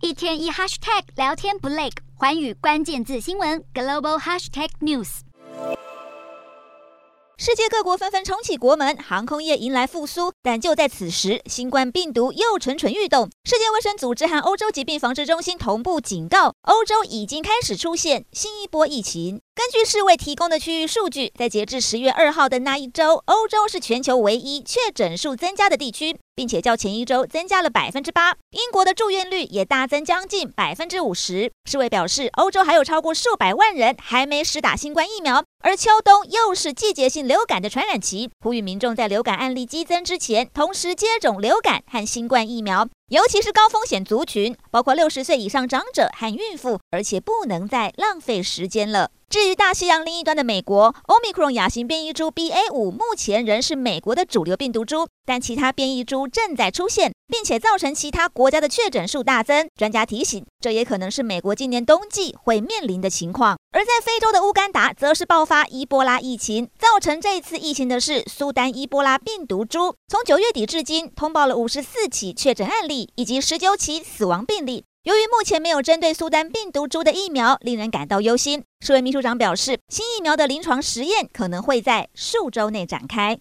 一天一 hashtag 聊天不累，寰宇关键字新闻 global hashtag news。 世界各国纷纷重启国门，航空业迎来复苏，但就在此时，新冠病毒又蠢蠢欲动。世界卫生组织和欧洲疾病防治中心同步警告，欧洲已经开始出现新一波疫情。根据世卫提供的区域数据，在截至10月2号的那一周，欧洲是全球唯一确诊数增加的地区，并且较前一周增加了8%。英国的住院率也大增将近50%。世卫表示，欧洲还有超过数百万人还没施打新冠疫苗，而秋冬又是季节性流感的传染期，呼吁民众在流感案例激增之前，同时接种流感和新冠疫苗。尤其是高风险族群，包括60岁以上长者和孕妇，而且不能再浪费时间了。至于大西洋另一端的美国，Omicron 亚型变异株 BA.5 目前仍是美国的主流病毒株，但其他变异株正在出现，并且造成其他国家的确诊数大增。专家提醒，这也可能是美国今年冬季会面临的情况。而在非洲的乌干达，则是爆发伊波拉疫情，造成这一次疫情的是苏丹伊波拉病毒株。从9月底至今，通报了54起确诊案例，以及19起死亡病例。由于目前没有针对苏丹病毒株的疫苗，令人感到忧心。世卫秘书长表示，新疫苗的临床实验可能会在数周内展开。